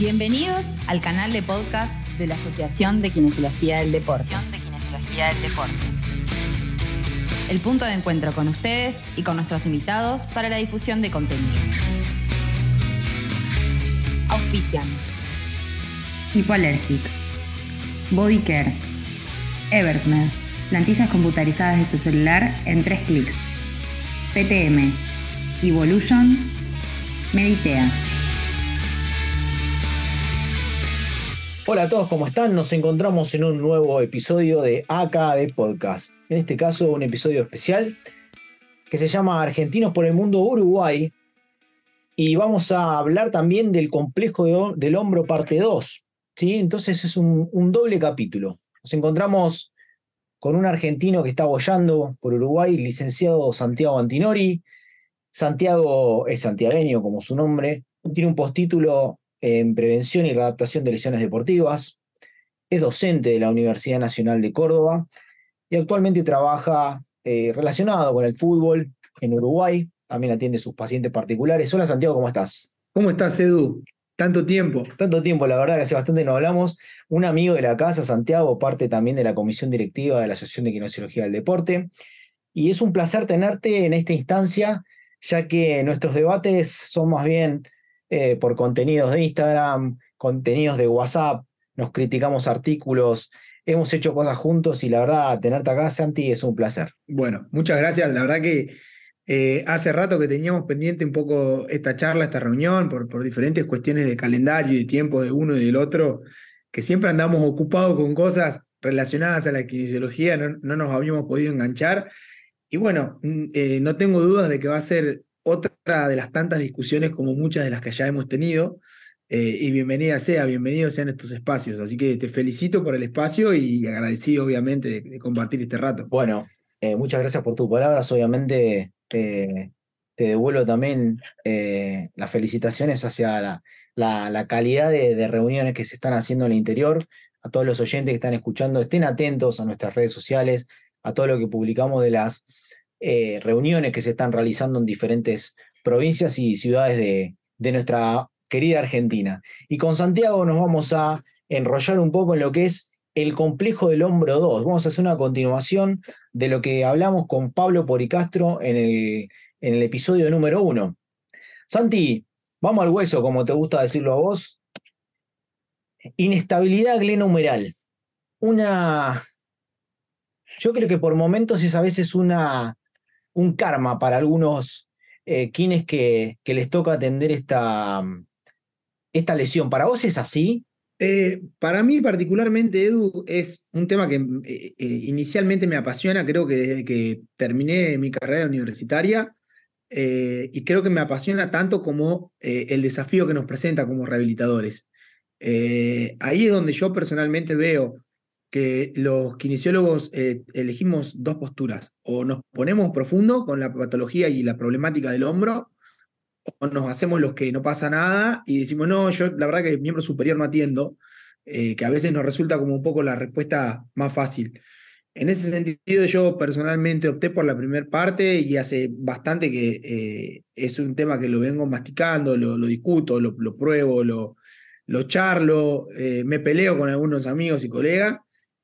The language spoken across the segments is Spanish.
Bienvenidos al canal de podcast de la Asociación de Kinesiología del Deporte. El punto de encuentro con ustedes y con nuestros invitados para la difusión de contenido. Auspician Hipoallergic, Bodycare, Eversmed, plantillas computarizadas de tu celular en 3 clics, PTM, Evolution, Meditea. Hola a todos, ¿cómo están? Nos encontramos en un nuevo episodio de AKD Podcast. En este caso, un episodio especial que se llama Argentinos por el Mundo Uruguay. Y vamos a hablar también del complejo del hombro parte 2. ¿Sí? Entonces es un doble capítulo. Nos encontramos con un argentino que está boyando por Uruguay, licenciado Santiago Antinori. Santiago es santiagueño, como su nombre. Tiene un postítulo en prevención y readaptación de lesiones deportivas. Es docente de la Universidad Nacional de Córdoba y actualmente trabaja relacionado con el fútbol en Uruguay. También atiende sus pacientes particulares. Hola Santiago, ¿cómo estás? ¿Cómo estás, Edu? Tanto tiempo. Tanto tiempo, la verdad que hace bastante no hablamos. Un amigo de la casa, Santiago, parte también de la comisión directiva de la Asociación de Kinesiología del Deporte. Y es un placer tenerte en esta instancia, ya que nuestros debates son más bien por contenidos de Instagram, contenidos de WhatsApp, nos criticamos artículos, hemos hecho cosas juntos y la verdad, tenerte acá, Santi, es un placer. Bueno, muchas gracias. La verdad que hace rato que teníamos pendiente un poco esta charla, esta reunión, por diferentes cuestiones de calendario y de tiempo de uno y del otro, que siempre andamos ocupados con cosas relacionadas a la kinesiología, no nos habíamos podido enganchar. Y bueno, no tengo dudas de que va a ser otra de las tantas discusiones como muchas de las que ya hemos tenido. Y bienvenidos sean estos espacios. Así que te felicito por el espacio y agradecido obviamente de compartir este rato. Bueno, muchas gracias por tus palabras. Obviamente te devuelvo también las felicitaciones hacia la calidad de reuniones que se están haciendo en el interior. A todos los oyentes que están escuchando, estén atentos a nuestras redes sociales, a todo lo que publicamos de las reuniones que se están realizando en diferentes provincias y ciudades de nuestra querida Argentina. Y con Santiago nos vamos a enrollar un poco en lo que es el complejo del hombro 2. Vamos a hacer una continuación de lo que hablamos con Pablo Poricastro en el episodio número 1. Santi, vamos al hueso, como te gusta decirlo a vos. Inestabilidad glenohumeral. Yo creo que por momentos es a veces un karma para algunos kines que les toca atender esta lesión. ¿Para vos es así? Para mí particularmente, Edu, es un tema que inicialmente me apasiona, creo que desde que terminé mi carrera universitaria, y creo que me apasiona tanto como el desafío que nos presenta como rehabilitadores. Ahí es donde yo personalmente veo que los kinesiólogos elegimos dos posturas: o nos ponemos profundo con la patología y la problemática del hombro, o nos hacemos los que no pasa nada y decimos, no, yo la verdad que el miembro superior no atiendo, que a veces nos resulta como un poco la respuesta más fácil. En ese sentido, yo personalmente opté por la primera parte y hace bastante que es un tema que lo vengo masticando, lo discuto, lo pruebo, lo charlo, me peleo con algunos amigos y colegas.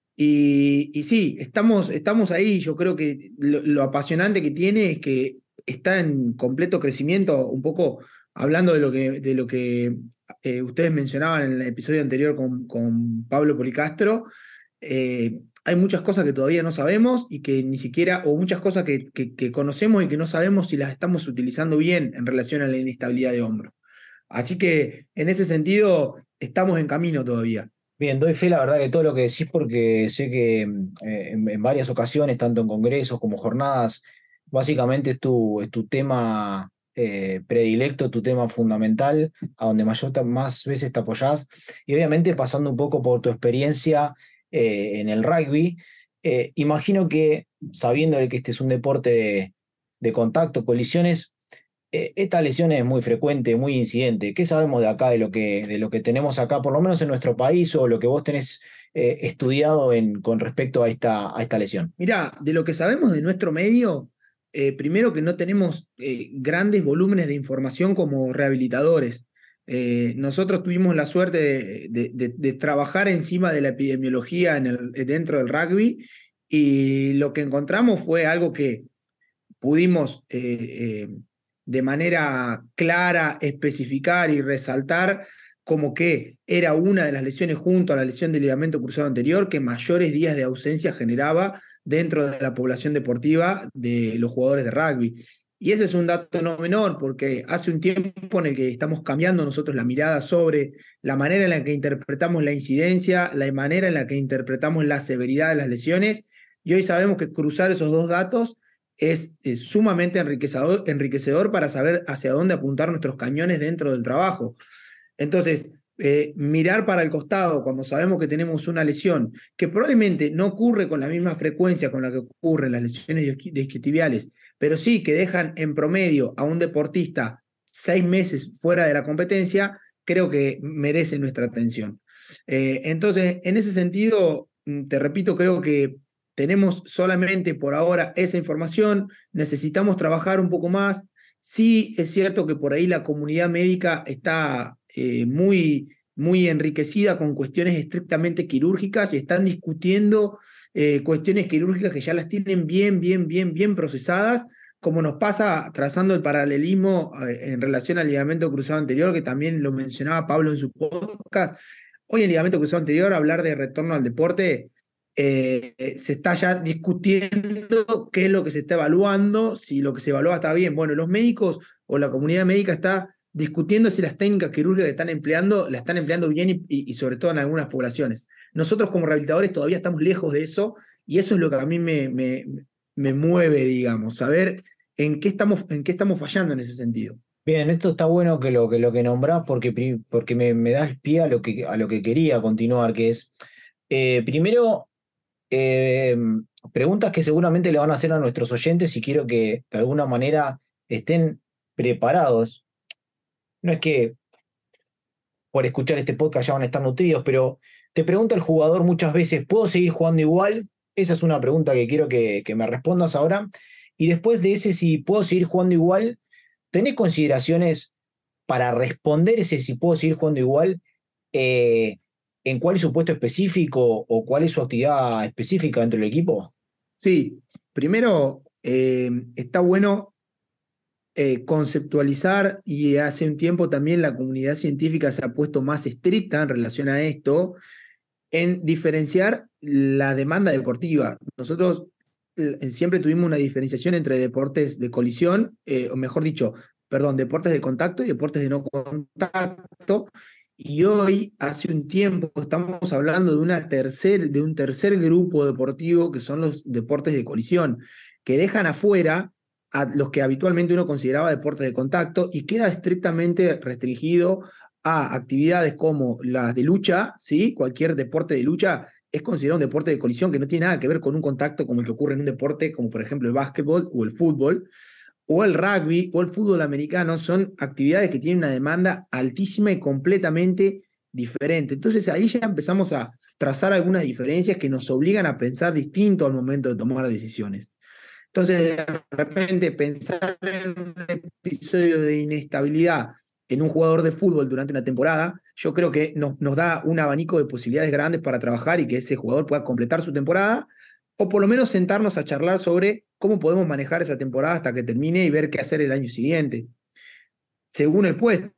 Y sí, estamos ahí. Yo creo que lo apasionante que tiene es que está en completo crecimiento, un poco hablando de lo que ustedes mencionaban en el episodio anterior con Pablo Policastro. Hay muchas cosas que todavía no sabemos y que ni siquiera, o muchas cosas que conocemos y que no sabemos si las estamos utilizando bien en relación a la inestabilidad de hombro. Así que en ese sentido estamos en camino todavía. Bien, doy fe, la verdad, que todo lo que decís, porque sé que en varias ocasiones, tanto en congresos como jornadas, básicamente es tu tema predilecto, tu tema fundamental, a donde más veces te apoyás. Y obviamente pasando un poco por tu experiencia en el rugby, imagino que, sabiendo que este es un deporte de contacto, colisiones, esta lesión es muy frecuente, muy incidente. ¿Qué sabemos de acá, de lo que tenemos acá, por lo menos en nuestro país, o lo que vos tenés estudiado con respecto a esta lesión? Mirá, de lo que sabemos de nuestro medio, primero que no tenemos grandes volúmenes de información como rehabilitadores. Nosotros tuvimos la suerte de trabajar encima de la epidemiología dentro del rugby, y lo que encontramos fue algo que pudimos de manera clara especificar y resaltar como que era una de las lesiones junto a la lesión del ligamento cruzado anterior que mayores días de ausencia generaba dentro de la población deportiva de los jugadores de rugby. Y ese es un dato no menor, porque hace un tiempo en el que estamos cambiando nosotros la mirada sobre la manera en la que interpretamos la incidencia, la manera en la que interpretamos la severidad de las lesiones, y hoy sabemos que cruzar esos dos datos es sumamente enriquecedor para saber hacia dónde apuntar nuestros cañones dentro del trabajo. Entonces, mirar para el costado cuando sabemos que tenemos una lesión que probablemente no ocurre con la misma frecuencia con la que ocurren las lesiones isquiotibiales, pero sí que dejan en promedio a un deportista 6 meses fuera de la competencia, creo que merece nuestra atención. Entonces, en ese sentido, te repito, creo que tenemos solamente por ahora esa información, necesitamos trabajar un poco más. Sí, es cierto que por ahí la comunidad médica está muy enriquecida con cuestiones estrictamente quirúrgicas y están discutiendo cuestiones quirúrgicas que ya las tienen bien procesadas, como nos pasa trazando el paralelismo en relación al ligamento cruzado anterior, que también lo mencionaba Pablo en su podcast. Hoy en ligamento cruzado anterior, hablar de retorno al deporte, se está ya discutiendo qué es lo que se está evaluando, si lo que se evalúa está bien. Bueno, los médicos o la comunidad médica está discutiendo si las técnicas quirúrgicas que están empleando, la están empleando bien y sobre todo en algunas poblaciones. Nosotros como rehabilitadores todavía estamos lejos de eso, y eso es lo que a mí me mueve, digamos, saber en qué estamos fallando en ese sentido. Bien, esto está bueno que lo que nombrás porque me das pie a lo que quería continuar, que es, primero, eh, preguntas que seguramente le van a hacer a nuestros oyentes y quiero que de alguna manera estén preparados. No es que por escuchar este podcast ya van a estar nutridos, pero te pregunta el jugador muchas veces, ¿puedo seguir jugando igual? Esa es una pregunta que quiero que me respondas ahora. Y después de ese, si puedo seguir jugando igual, ¿tenés consideraciones para responder ese si puedo seguir jugando igual? ¿En cuál es su puesto específico o cuál es su actividad específica dentro del equipo? Sí, primero está bueno conceptualizar, y hace un tiempo también la comunidad científica se ha puesto más estricta en relación a esto, en diferenciar la demanda deportiva. Nosotros siempre tuvimos una diferenciación entre deportes de colisión, o mejor dicho, perdón, deportes de contacto y deportes de no contacto. Y hoy, hace un tiempo, estamos hablando de un tercer grupo deportivo que son los deportes de colisión, que dejan afuera a los que habitualmente uno consideraba deportes de contacto y queda estrictamente restringido a actividades como las de lucha, ¿sí? Cualquier deporte de lucha es considerado un deporte de colisión que no tiene nada que ver con un contacto como el que ocurre en un deporte como por ejemplo el básquetbol o el fútbol, o el rugby o el fútbol americano. Son actividades que tienen una demanda altísima y completamente diferente. Entonces ahí ya empezamos a trazar algunas diferencias que nos obligan a pensar distinto al momento de tomar decisiones. Entonces, de repente, pensar en un episodio de inestabilidad en un jugador de fútbol durante una temporada, yo creo que nos da un abanico de posibilidades grandes para trabajar y que ese jugador pueda completar su temporada, o por lo menos sentarnos a charlar sobre cómo podemos manejar esa temporada hasta que termine y ver qué hacer el año siguiente. Según el puesto,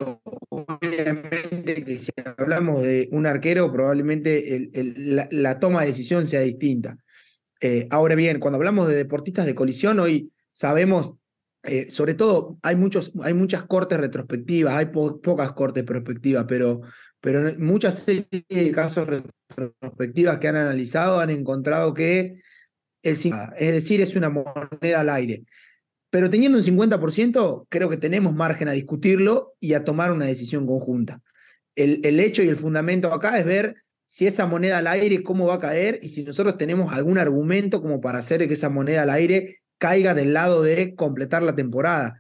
obviamente que si hablamos de un arquero, probablemente la toma de decisión sea distinta. Ahora bien, cuando hablamos de deportistas de colisión, hoy sabemos, sobre todo, hay muchas cortes retrospectivas, hay pocas cortes prospectivas, pero muchas series de casos retrospectivas que han analizado han encontrado que es decir, es una moneda al aire. Pero teniendo un 50%, creo que tenemos margen a discutirlo y a tomar una decisión conjunta. El hecho y el fundamento acá es ver si esa moneda al aire, cómo va a caer, y si nosotros tenemos algún argumento como para hacer que esa moneda al aire caiga del lado de completar la temporada.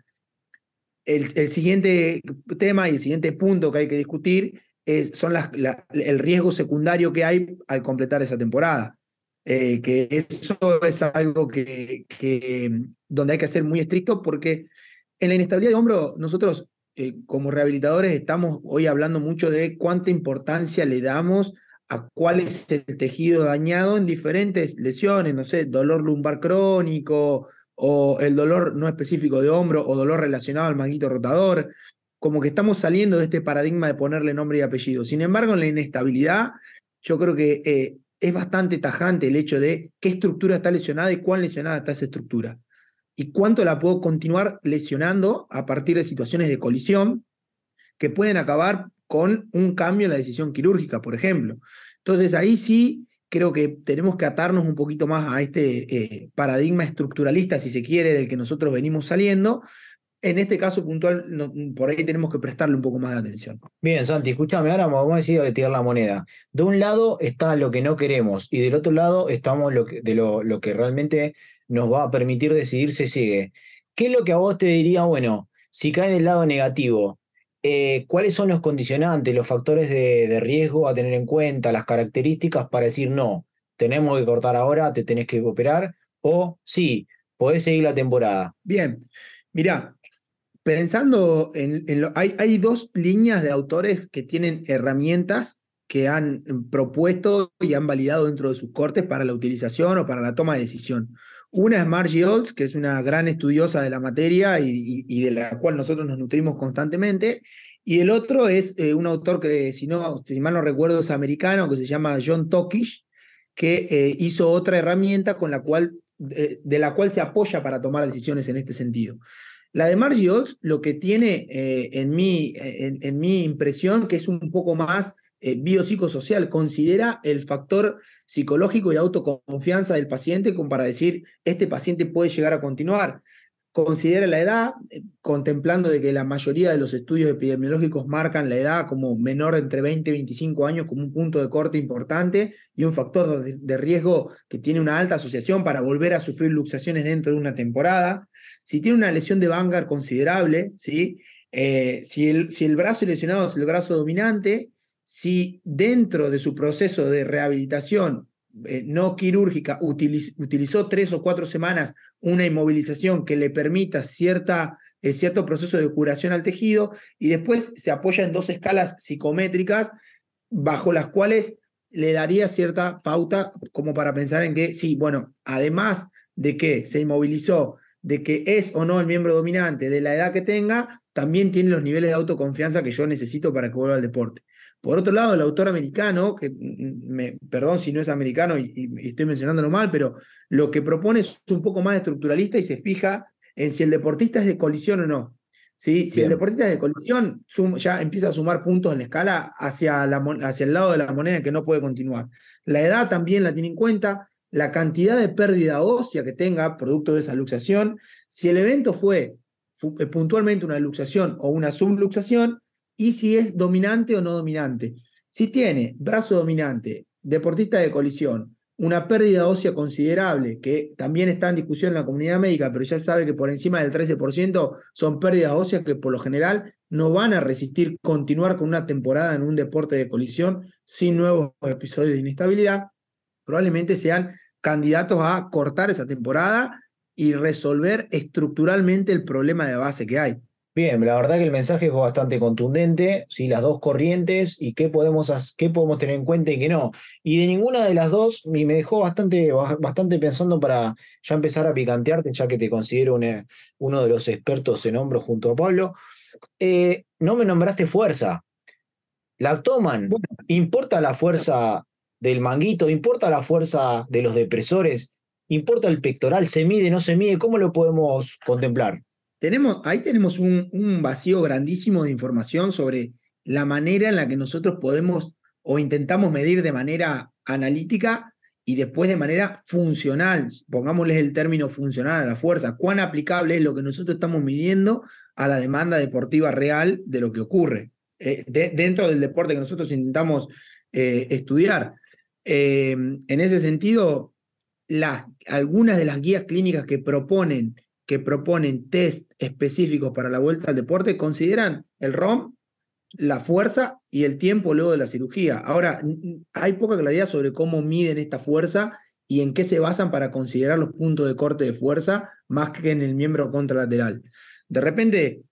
El siguiente tema y el siguiente punto que hay que discutir son el riesgo secundario que hay al completar esa temporada. Que eso es algo donde hay que ser muy estricto, porque en la inestabilidad de hombro nosotros como rehabilitadores estamos hoy hablando mucho de cuánta importancia le damos a cuál es el tejido dañado en diferentes lesiones, no sé, dolor lumbar crónico o el dolor no específico de hombro o dolor relacionado al manguito rotador, como que estamos saliendo de este paradigma de ponerle nombre y apellido. Sin embargo, en la inestabilidad, yo creo que es bastante tajante el hecho de qué estructura está lesionada y cuán lesionada está esa estructura. Y cuánto la puedo continuar lesionando a partir de situaciones de colisión que pueden acabar con un cambio en la decisión quirúrgica, por ejemplo. Entonces ahí sí creo que tenemos que atarnos un poquito más a este paradigma estructuralista, si se quiere, del que nosotros venimos saliendo. En este caso puntual, por ahí tenemos que prestarle un poco más de atención. Bien, Santi, escúchame, ahora vamos a decir de tirar la moneda. De un lado está lo que no queremos y del otro lado estamos lo que realmente nos va a permitir decidir si sigue. ¿Qué es lo que a vos te diría, bueno, si cae del lado negativo, cuáles son los condicionantes, los factores de riesgo a tener en cuenta, las características para decir no, tenemos que cortar ahora, te tenés que operar, o sí, podés seguir la temporada? Bien, mirá. Pensando hay dos líneas de autores que tienen herramientas que han propuesto y han validado dentro de sus cortes para la utilización o para la toma de decisión. Una es Margie Olds, que es una gran estudiosa de la materia y de la cual nosotros nos nutrimos constantemente, y el otro es un autor que, si mal no recuerdo, es americano, que se llama John Tokish, que hizo otra herramienta de la cual se apoya para tomar decisiones en este sentido. La de Margie Olds lo que tiene en mi impresión, que es un poco más biopsicosocial, considera el factor psicológico y autoconfianza del paciente como para decir, este paciente puede llegar a continuar. Considera la edad, contemplando de que la mayoría de los estudios epidemiológicos marcan la edad como menor de entre 20 y 25 años como un punto de corte importante y un factor de riesgo que tiene una alta asociación para volver a sufrir luxaciones dentro de una temporada. Si tiene una lesión de Vanguard considerable, ¿sí? Si el brazo lesionado es el brazo dominante, si dentro de su proceso de rehabilitación no quirúrgica utilizó 3 o 4 semanas una inmovilización que le permita cierto proceso de curación al tejido, y después se apoya en 2 escalas psicométricas bajo las cuales le daría cierta pauta como para pensar en que sí, bueno, además de que se inmovilizó, de que es o no el miembro dominante, de la edad que tenga, también tiene los niveles de autoconfianza que yo necesito para que vuelva al deporte. Por otro lado, el autor americano, que perdón si no es americano y estoy mencionándolo mal, pero lo que propone es un poco más estructuralista y se fija en si el deportista es de colisión o no. ¿Sí? Si el deportista es de colisión, ya empieza a sumar puntos en la escala hacia el lado de la moneda que no puede continuar. La edad también la tiene en cuenta, la cantidad de pérdida ósea que tenga producto de esa luxación, si el evento fue puntualmente una luxación o una subluxación, y si es dominante o no dominante. Si tiene brazo dominante, deportista de colisión, una pérdida ósea considerable, que también está en discusión en la comunidad médica, pero ya sabe que por encima del 13% son pérdidas óseas que por lo general no van a resistir continuar con una temporada en un deporte de colisión sin nuevos episodios de inestabilidad, probablemente sean candidatos a cortar esa temporada y resolver estructuralmente el problema de base que hay. Bien, la verdad que el mensaje fue bastante contundente, ¿sí? Las dos corrientes y qué podemos tener en cuenta y qué no. Y de ninguna de las dos me dejó bastante pensando para ya empezar a picantearte, ya que te considero uno de los expertos en hombros junto a Pablo. No me nombraste fuerza. ¿La toman? ¿Importa la fuerza del manguito? ¿Importa la fuerza de los depresores? ¿Importa el pectoral? ¿Se mide, no se mide? ¿Cómo lo podemos contemplar? Ahí tenemos un vacío grandísimo de información sobre la manera en la que nosotros podemos o intentamos medir de manera analítica y después de manera funcional, pongámosle el término funcional a la fuerza, cuán aplicable es lo que nosotros estamos midiendo a la demanda deportiva real de lo que ocurre dentro del deporte que nosotros intentamos estudiar. En ese sentido, algunas de las guías clínicas que proponen test específicos para la vuelta al deporte consideran el ROM, la fuerza y el tiempo luego de la cirugía. Ahora, hay poca claridad sobre cómo miden esta fuerza y en qué se basan para considerar los puntos de corte de fuerza más que en el miembro contralateral. De repente,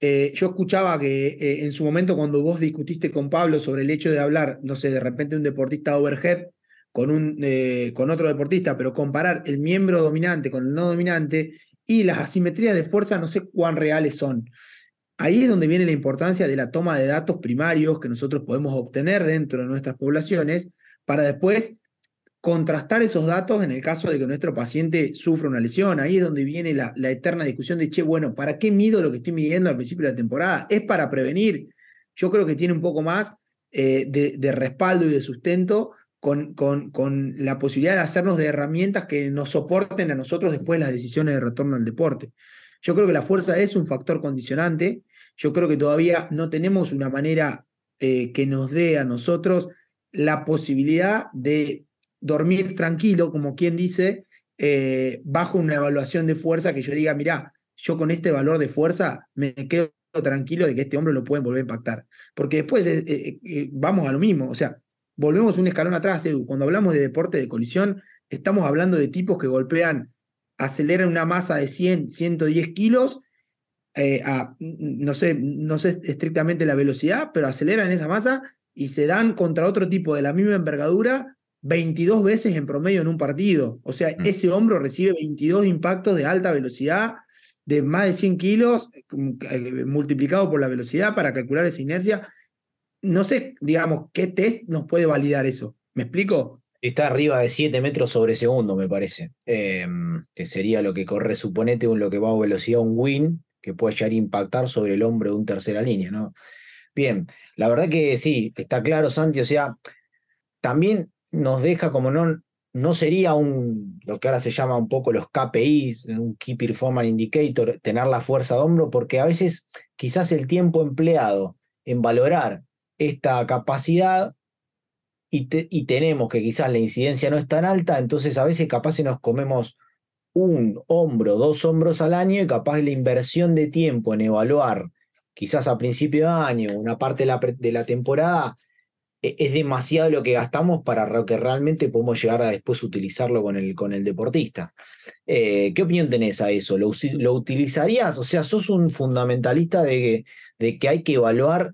Yo escuchaba que en su momento cuando vos discutiste con Pablo sobre el hecho de hablar, no sé, de repente un deportista overhead con otro deportista, pero comparar el miembro dominante con el no dominante y las asimetrías de fuerza no sé cuán reales son. Ahí es donde viene la importancia de la toma de datos primarios que nosotros podemos obtener dentro de nuestras poblaciones para después contrastar esos datos en el caso de que nuestro paciente sufra una lesión. Ahí es donde viene la eterna discusión de, che, bueno, ¿para qué mido lo que estoy midiendo al principio de la temporada? ¿Es para prevenir? Yo creo que tiene un poco más de respaldo y de sustento con la posibilidad de hacernos de herramientas que nos soporten a nosotros después las decisiones de retorno al deporte. Yo creo que la fuerza es un factor condicionante. Yo creo que todavía no tenemos una manera que nos dé a nosotros la posibilidad de dormir tranquilo, como quien dice, bajo una evaluación de fuerza que yo diga, mirá, yo con este valor de fuerza me quedo tranquilo de que este hombro lo pueden volver a impactar. Porque después vamos a lo mismo, o sea, volvemos un escalón atrás, Edu. Cuando hablamos de deporte de colisión, estamos hablando de tipos que golpean, aceleran una masa de 100, 110 kilos, no sé estrictamente la velocidad, pero aceleran esa masa y se dan contra otro tipo de la misma envergadura 22 veces en promedio en un partido. O sea, ese hombro recibe 22 impactos de alta velocidad, de más de 100 kilos, multiplicado por la velocidad para calcular esa inercia. No sé, digamos, qué test nos puede validar eso. ¿Me explico? Está arriba de 7 metros sobre segundo, me parece. Que sería lo que corre, suponete, lo que va a velocidad un win, que puede llegar a impactar sobre el hombro de un tercera línea, ¿no? Bien, la verdad que sí, está claro, Santi, o sea, también nos deja como no sería lo que ahora se llama un poco los KPIs, un Key Performance Indicator, tener la fuerza de hombro, porque a veces quizás el tiempo empleado en valorar esta capacidad y tenemos que quizás la incidencia no es tan alta, entonces a veces capaz si nos comemos un hombro, 2 hombros al año y capaz la inversión de tiempo en evaluar quizás a principio de año, una parte de la temporada, es demasiado lo que gastamos para que realmente podemos llegar a después utilizarlo con el deportista. ¿Qué opinión tenés a eso? ¿Lo utilizarías? O sea, ¿sos un fundamentalista de que hay que evaluar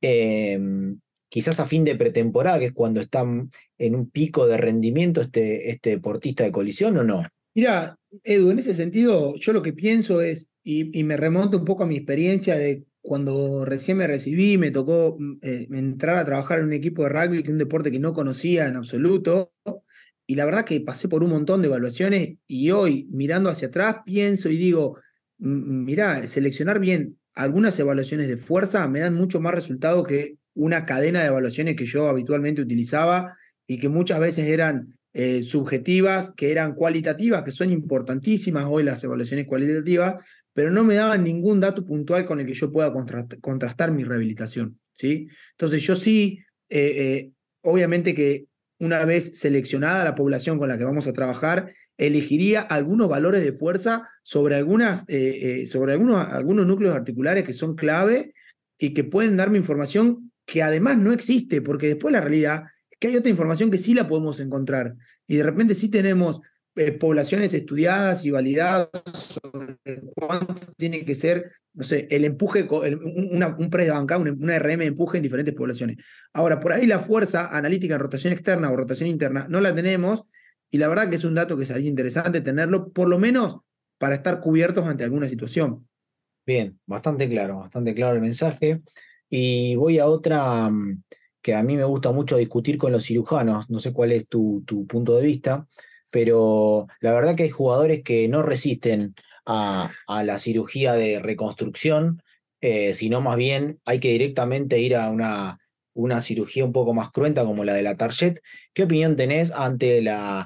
quizás a fin de pretemporada, que es cuando están en un pico de rendimiento este deportista de colisión, o no? Mira, Edu, en ese sentido, yo lo que pienso es, y me remonto un poco a mi experiencia de cuando recién me recibí, me tocó entrar a trabajar en un equipo de rugby, que es un deporte que no conocía en absoluto, y la verdad que pasé por un montón de evaluaciones y hoy, mirando hacia atrás, pienso y digo, mirá, seleccionar bien algunas evaluaciones de fuerza me dan mucho más resultado que una cadena de evaluaciones que yo habitualmente utilizaba y que muchas veces eran subjetivas, que eran cualitativas, que son importantísimas hoy las evaluaciones cualitativas, pero no me daban ningún dato puntual con el que yo pueda contrastar mi rehabilitación, ¿sí? Entonces yo sí, obviamente que una vez seleccionada la población con la que vamos a trabajar, elegiría algunos valores de fuerza sobre algunos núcleos articulares que son clave y que pueden darme información que además no existe, porque después la realidad es que hay otra información que sí la podemos encontrar y de repente sí tenemos poblaciones estudiadas y validadas sobre cuánto tiene que ser, no sé, el empuje, un press de banca, una RM de empuje en diferentes poblaciones. Ahora, por ahí la fuerza analítica en rotación externa o rotación interna no la tenemos y la verdad que es un dato que sería interesante tenerlo, por lo menos para estar cubiertos ante alguna situación. Bien, bastante claro el mensaje. Y voy a otra que a mí me gusta mucho discutir con los cirujanos, no sé cuál es tu punto de vista, pero la verdad que hay jugadores que no resisten a la cirugía de reconstrucción, sino más bien hay que directamente ir a una cirugía un poco más cruenta como la de la Target. ¿Qué opinión tenés ante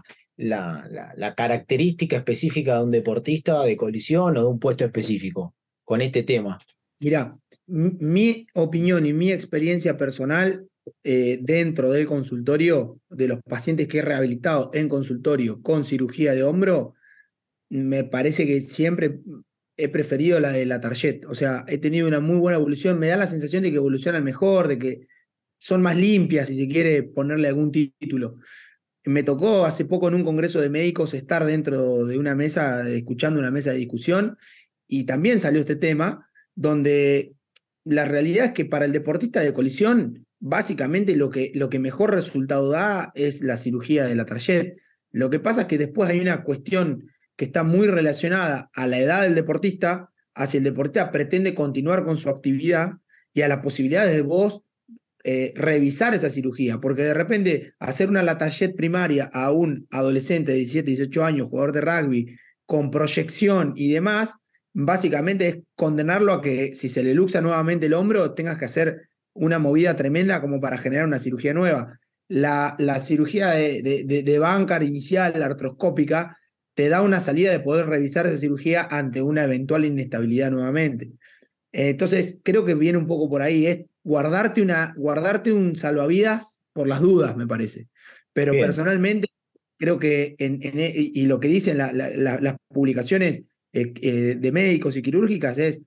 la característica específica de un deportista de colisión o de un puesto específico con este tema? Mirá, mi opinión y mi experiencia personal dentro del consultorio, de los pacientes que he rehabilitado en consultorio con cirugía de hombro, me parece que siempre he preferido la de la Target. O sea, he tenido una muy buena evolución. Me da la sensación de que evolucionan mejor, de que son más limpias, si se quiere ponerle algún título. Me tocó hace poco en un congreso de médicos estar dentro de una mesa, escuchando una mesa de discusión, y también salió este tema, donde la realidad es que para el deportista de colisión, básicamente lo que mejor resultado da es la cirugía de la Target. Lo que pasa es que después hay una cuestión que está muy relacionada a la edad del deportista, hacia el deportista pretende continuar con su actividad y a las posibilidades de vos revisar esa cirugía, porque de repente hacer una Latallet primaria a un adolescente de 17, 18 años, jugador de rugby, con proyección y demás, básicamente es condenarlo a que si se le luxa nuevamente el hombro, tengas que hacer una movida tremenda como para generar una cirugía nueva. La cirugía de Bankart inicial, la artroscópica, te da una salida de poder revisar esa cirugía ante una eventual inestabilidad nuevamente. Entonces, creo que viene un poco por ahí, es guardarte un salvavidas por las dudas, me parece. Pero Bien. personalmente, creo que, y lo que dicen las publicaciones de médicos y quirúrgicas es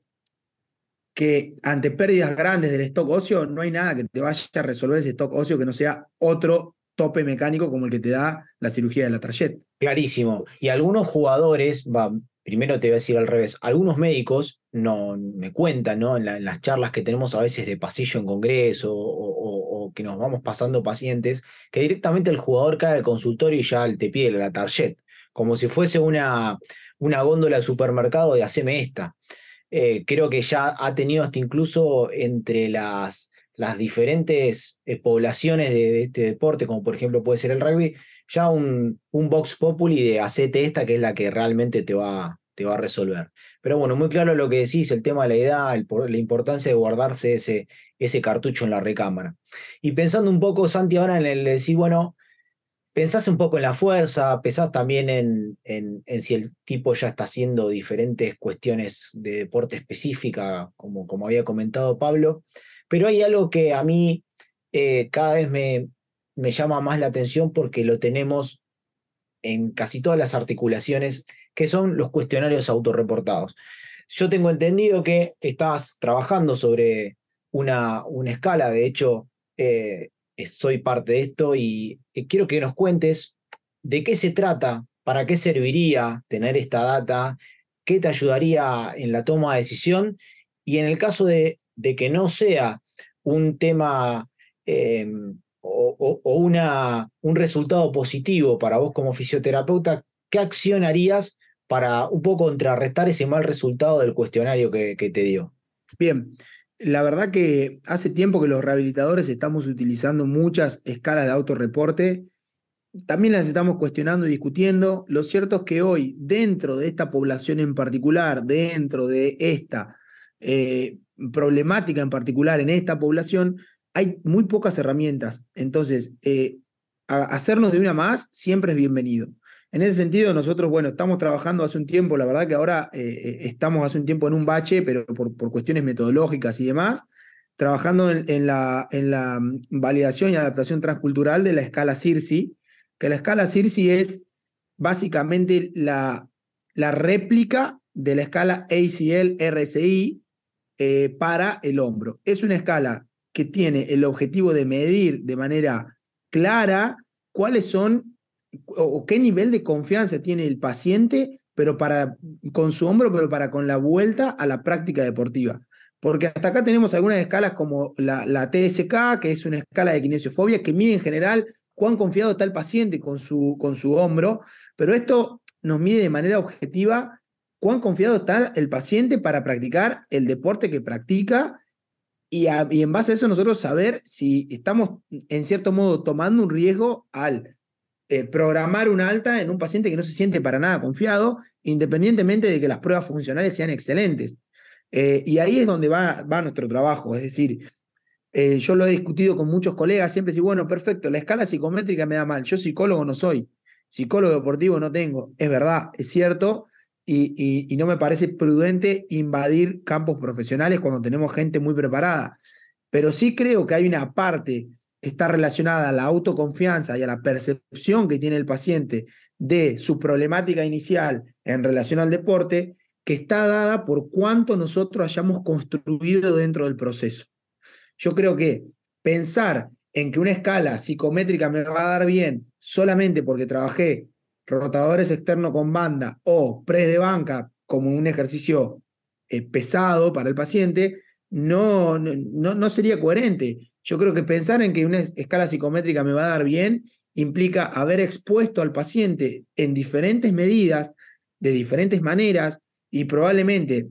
que ante pérdidas grandes del stock óseo, no hay nada que te vaya a resolver ese stock óseo que no sea otro tope mecánico como el que te da la cirugía de la Target. Clarísimo. Y algunos jugadores, primero te voy a decir al revés, algunos médicos no me cuentan, ¿no? En las charlas que tenemos a veces de pasillo en congreso o que nos vamos pasando pacientes, que directamente el jugador cae al consultorio y ya te pide la tarjeta, como si fuese una góndola de supermercado de haceme esta. Creo que ya ha tenido hasta incluso entre las diferentes poblaciones de este deporte, como por ejemplo puede ser el rugby, ya un Vox Populi de hacete esta, que es la que realmente te va a resolver. Pero bueno, muy claro lo que decís, el tema de la edad, la importancia de guardarse ese cartucho en la recámara. Y pensando un poco, Santi, ahora en el decir, bueno, pensás un poco en la fuerza, pensás también en si el tipo ya está haciendo diferentes cuestiones de deporte específica, como había comentado Pablo, pero hay algo que a mí cada vez me llama más la atención porque lo tenemos en casi todas las articulaciones, que son los cuestionarios autorreportados. Yo tengo entendido que estás trabajando sobre una escala, de hecho, soy parte de esto y quiero que nos cuentes de qué se trata, para qué serviría tener esta data, qué te ayudaría en la toma de decisión y en el caso de que no sea un tema o un resultado positivo para vos como fisioterapeuta, ¿qué acción harías para un poco contrarrestar ese mal resultado del cuestionario que te dio? Bien, la verdad que hace tiempo que los rehabilitadores estamos utilizando muchas escalas de autorreporte, también las estamos cuestionando y discutiendo. Lo cierto es que hoy, dentro de esta población en particular, dentro de esta problemática en particular en esta población, hay muy pocas herramientas. Entonces, hacernos de una más siempre es bienvenido. En ese sentido, nosotros, bueno, estamos trabajando hace un tiempo, la verdad que ahora estamos hace un tiempo en un bache, pero por cuestiones metodológicas y demás, trabajando en la validación y adaptación transcultural de la escala CIRSI, que la escala CIRSI es básicamente la réplica de la escala ACL-RSI para el hombro. Es una escala que tiene el objetivo de medir de manera clara cuáles son o qué nivel de confianza tiene el paciente con su hombro, pero para con la vuelta a la práctica deportiva. Porque hasta acá tenemos algunas escalas como la TSK, que es una escala de kinesiofobia, que mide en general cuán confiado está el paciente con su hombro, pero esto nos mide de manera objetiva cuán confiado está el paciente para practicar el deporte que practica y en base a eso nosotros saber si estamos en cierto modo tomando un riesgo al programar un alta en un paciente que no se siente para nada confiado, independientemente de que las pruebas funcionales sean excelentes. Y ahí es donde va nuestro trabajo, es decir, yo lo he discutido con muchos colegas, siempre digo, bueno, perfecto, la escala psicométrica me da mal, yo psicólogo no soy, psicólogo deportivo no tengo, es verdad, es cierto, y no me parece prudente invadir campos profesionales cuando tenemos gente muy preparada, pero sí creo que hay una parte que está relacionada a la autoconfianza y a la percepción que tiene el paciente de su problemática inicial en relación al deporte, que está dada por cuánto nosotros hayamos construido dentro del proceso. Yo creo que pensar en que una escala psicométrica me va a dar bien solamente porque trabajé rotadores externos con banda o press de banca como un ejercicio pesado para el paciente, no sería coherente. Yo creo que pensar en que una escala psicométrica me va a dar bien implica haber expuesto al paciente en diferentes medidas, de diferentes maneras, y probablemente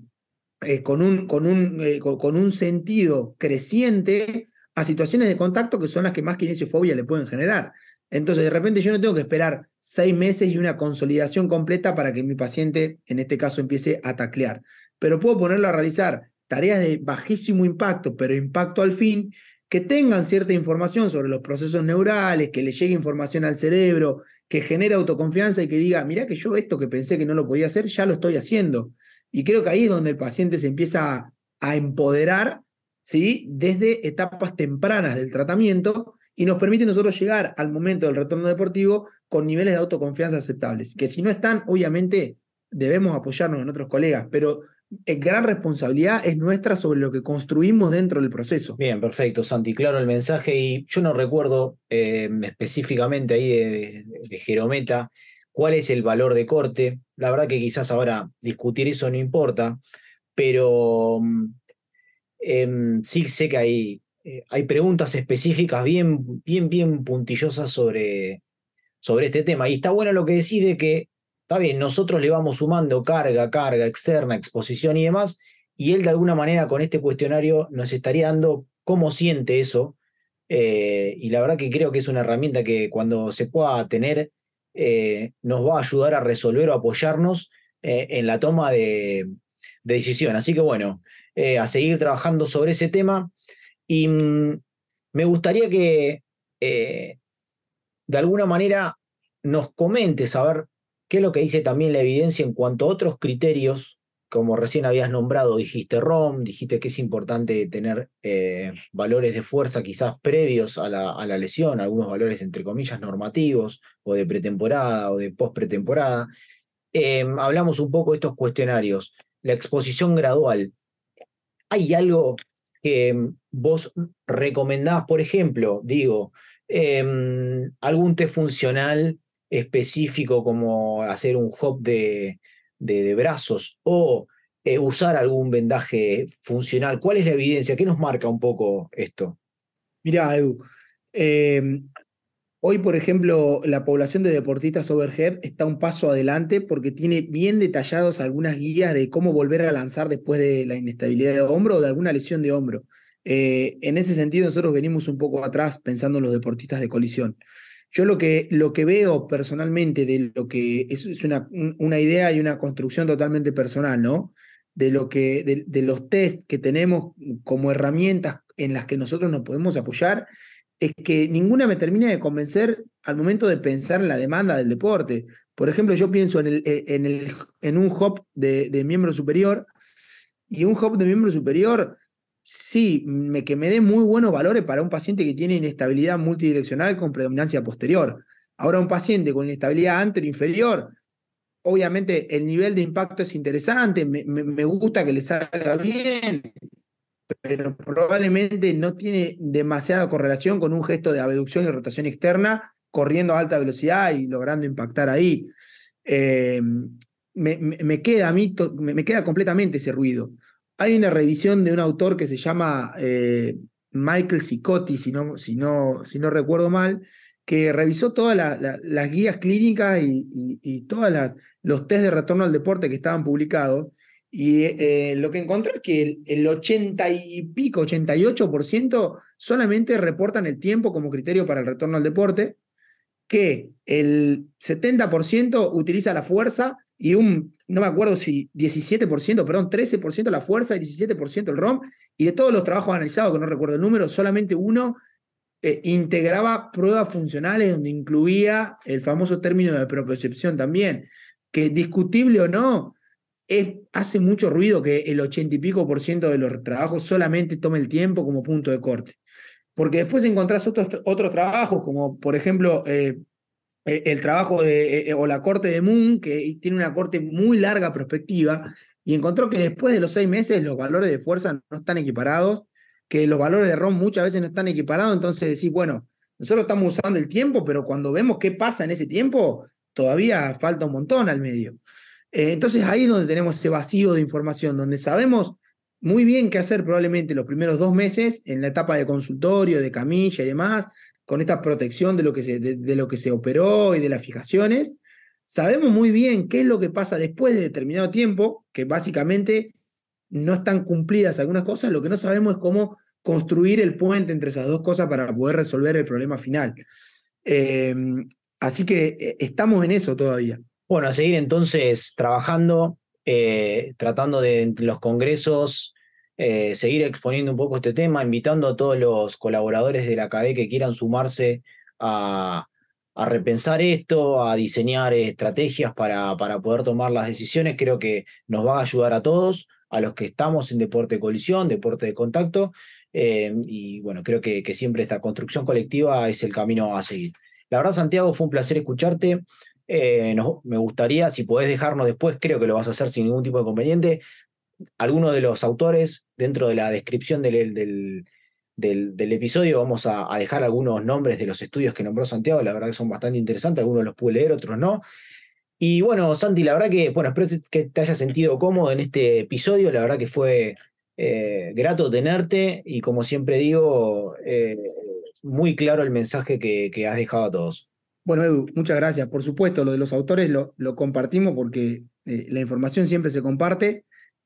con un sentido creciente a situaciones de contacto que son las que más kinesiofobia le pueden generar. Entonces, de repente yo no tengo que esperar 6 meses y una consolidación completa para que mi paciente, en este caso, empiece a taclear. Pero puedo ponerlo a realizar tareas de bajísimo impacto, pero impacto al fin, que tengan cierta información sobre los procesos neurales, que le llegue información al cerebro, que genere autoconfianza y que diga, mirá que yo esto que pensé que no lo podía hacer, ya lo estoy haciendo. Y creo que ahí es donde el paciente se empieza a empoderar, ¿sí? Desde etapas tempranas del tratamiento y nos permite nosotros llegar al momento del retorno deportivo con niveles de autoconfianza aceptables. Que si no están, obviamente debemos apoyarnos en otros colegas, pero gran responsabilidad es nuestra sobre lo que construimos dentro del proceso. Bien, perfecto, Santi, claro el mensaje. Y yo no recuerdo específicamente ahí de Gerometa cuál es el valor de corte. La verdad que quizás ahora discutir eso no importa, pero sí sé que hay preguntas específicas bien puntillosas sobre este tema. Y está bueno lo que decís de que, está bien, nosotros le vamos sumando carga externa, exposición y demás, y él de alguna manera con este cuestionario nos estaría dando cómo siente eso. Y la verdad que creo que es una herramienta que cuando se pueda tener, nos va a ayudar a resolver o apoyarnos en la toma de decisión. Así que bueno, a seguir trabajando sobre ese tema. Y me gustaría que de alguna manera nos comentes a ver qué es lo que dice también la evidencia en cuanto a otros criterios, como recién habías nombrado, dijiste ROM, dijiste que es importante tener valores de fuerza quizás previos a la lesión, algunos valores entre comillas normativos, o de pretemporada o de post-pretemporada. Hablamos un poco de estos cuestionarios, la exposición gradual. ¿Hay algo que vos recomendás, por ejemplo, digo, algún test funcional específico como hacer un hop de brazos o usar algún vendaje funcional? ¿Cuál es la evidencia? ¿Qué nos marca un poco esto? Mirá, Edu, hoy, por ejemplo, la población de deportistas overhead está un paso adelante porque tiene bien detallados algunas guías de cómo volver a lanzar después de la inestabilidad de hombro o de alguna lesión de hombro. En ese sentido, nosotros venimos un poco atrás pensando en los deportistas de colisión. Yo lo que veo personalmente de lo que es una idea y una construcción totalmente personal, ¿no? De los test que tenemos como herramientas en las que nosotros nos podemos apoyar, es que ninguna me termina de convencer al momento de pensar en la demanda del deporte. Por ejemplo, yo pienso en un hop de miembro superior, y un hop de miembro superior, sí, que me dé muy buenos valores para un paciente que tiene inestabilidad multidireccional con predominancia posterior. Ahora, un paciente con inestabilidad anterior-inferior, obviamente el nivel de impacto es interesante, me gusta que le salga bien, pero probablemente no tiene demasiada correlación con un gesto de abducción y rotación externa corriendo a alta velocidad y logrando impactar ahí. Me queda a mí, me queda completamente ese ruido. Hay una revisión de un autor que se llama Michael Cicotti, si no recuerdo mal, que revisó todas las guías clínicas y todos los test de retorno al deporte que estaban publicados. Y lo que encontró es que el 80 y pico, 88% solamente reportan el tiempo como criterio para el retorno al deporte, que el 70% utiliza la fuerza y no me acuerdo si 17%, perdón, 13% la fuerza y 17% el ROM, y de todos los trabajos analizados, que no recuerdo el número, solamente uno integraba pruebas funcionales donde incluía el famoso término de propiocepción también, que discutible o no, hace mucho ruido que el 80 y pico por ciento de los trabajos solamente tome el tiempo como punto de corte. Porque después encontrás otros trabajos, como por ejemplo el trabajo o la corte de Moon, que tiene una corte muy larga prospectiva, y encontró que después de los 6 meses los valores de fuerza no están equiparados, que los valores de ROM muchas veces no están equiparados, entonces decís, bueno, nosotros estamos usando el tiempo, pero cuando vemos qué pasa en ese tiempo, todavía falta un montón al medio. Entonces ahí es donde tenemos ese vacío de información, donde sabemos muy bien qué hacer probablemente los primeros 2 meses en la etapa de consultorio, de camilla y demás, con esta protección de lo que se operó y de las fijaciones. Sabemos muy bien qué es lo que pasa después de determinado tiempo, que básicamente no están cumplidas algunas cosas, lo que no sabemos es cómo construir el puente entre esas dos cosas para poder resolver el problema final. Así que estamos en eso todavía. Bueno, a seguir entonces trabajando, tratando de entre los congresos seguir exponiendo un poco este tema, invitando a todos los colaboradores de la CADE que quieran sumarse a repensar esto, a diseñar estrategias para poder tomar las decisiones. Creo que nos va a ayudar a todos, a los que estamos en deporte de colisión, deporte de contacto, y bueno, creo que siempre esta construcción colectiva es el camino a seguir. La verdad, Santiago, fue un placer escucharte. Me gustaría, si podés dejarnos después, creo que lo vas a hacer sin ningún tipo de inconveniente, algunos de los autores dentro de la descripción del episodio. Vamos a dejar algunos nombres de los estudios que nombró Santiago. La verdad que son bastante interesantes, algunos los pude leer, otros no. Y bueno, Santi, la verdad que, bueno, espero que te hayas sentido cómodo en este episodio. La verdad que fue grato tenerte y, como siempre digo, muy claro el mensaje que has dejado a todos. Bueno, Edu, muchas gracias. Por supuesto, lo de los autores lo compartimos porque la información siempre se comparte.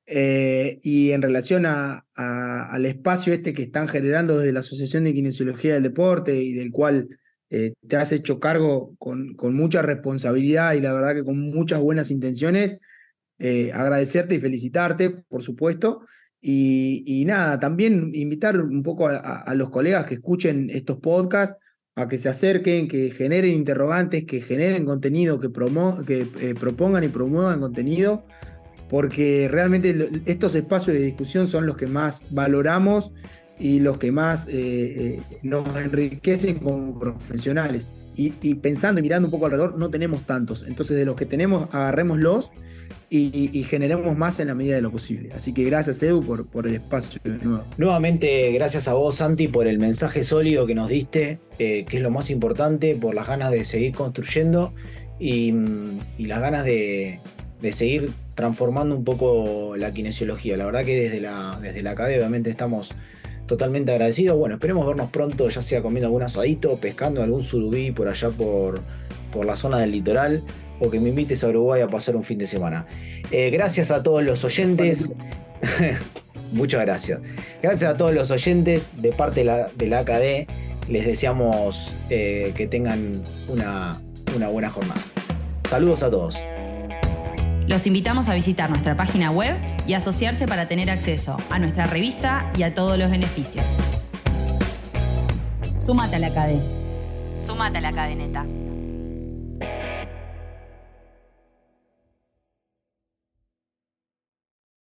Y en relación al espacio este que están generando desde la Asociación de Kinesiología del Deporte y del cual te has hecho cargo con mucha responsabilidad y la verdad que con muchas buenas intenciones, agradecerte y felicitarte, por supuesto. Y nada, también invitar un poco a los colegas que escuchen estos podcasts a que se acerquen, que generen interrogantes, que generen contenido, que propongan y promuevan contenido, porque realmente estos espacios de discusión son los que más valoramos y los que más nos enriquecen como profesionales. Y pensando y mirando un poco alrededor, no tenemos tantos. Entonces, de los que tenemos, agarrémoslos y generemos más en la medida de lo posible. Así que gracias, Edu, por el espacio de nuevo. Nuevamente, gracias a vos, Santi, por el mensaje sólido que nos diste, que es lo más importante, por las ganas de seguir construyendo y las ganas de seguir transformando un poco la kinesiología. La verdad que desde la academia obviamente estamos totalmente agradecidos. Bueno, esperemos vernos pronto, ya sea comiendo algún asadito, pescando algún surubí por allá por la zona del litoral, o que me invites a Uruguay a pasar un fin de semana. Gracias a todos los oyentes. Muchas gracias. Gracias a todos los oyentes de parte de la AKD. Les deseamos que tengan una buena jornada. Saludos a todos. Los invitamos a visitar nuestra página web y asociarse para tener acceso a nuestra revista y a todos los beneficios. Súmate a la AKD. Súmate a la cadeneta.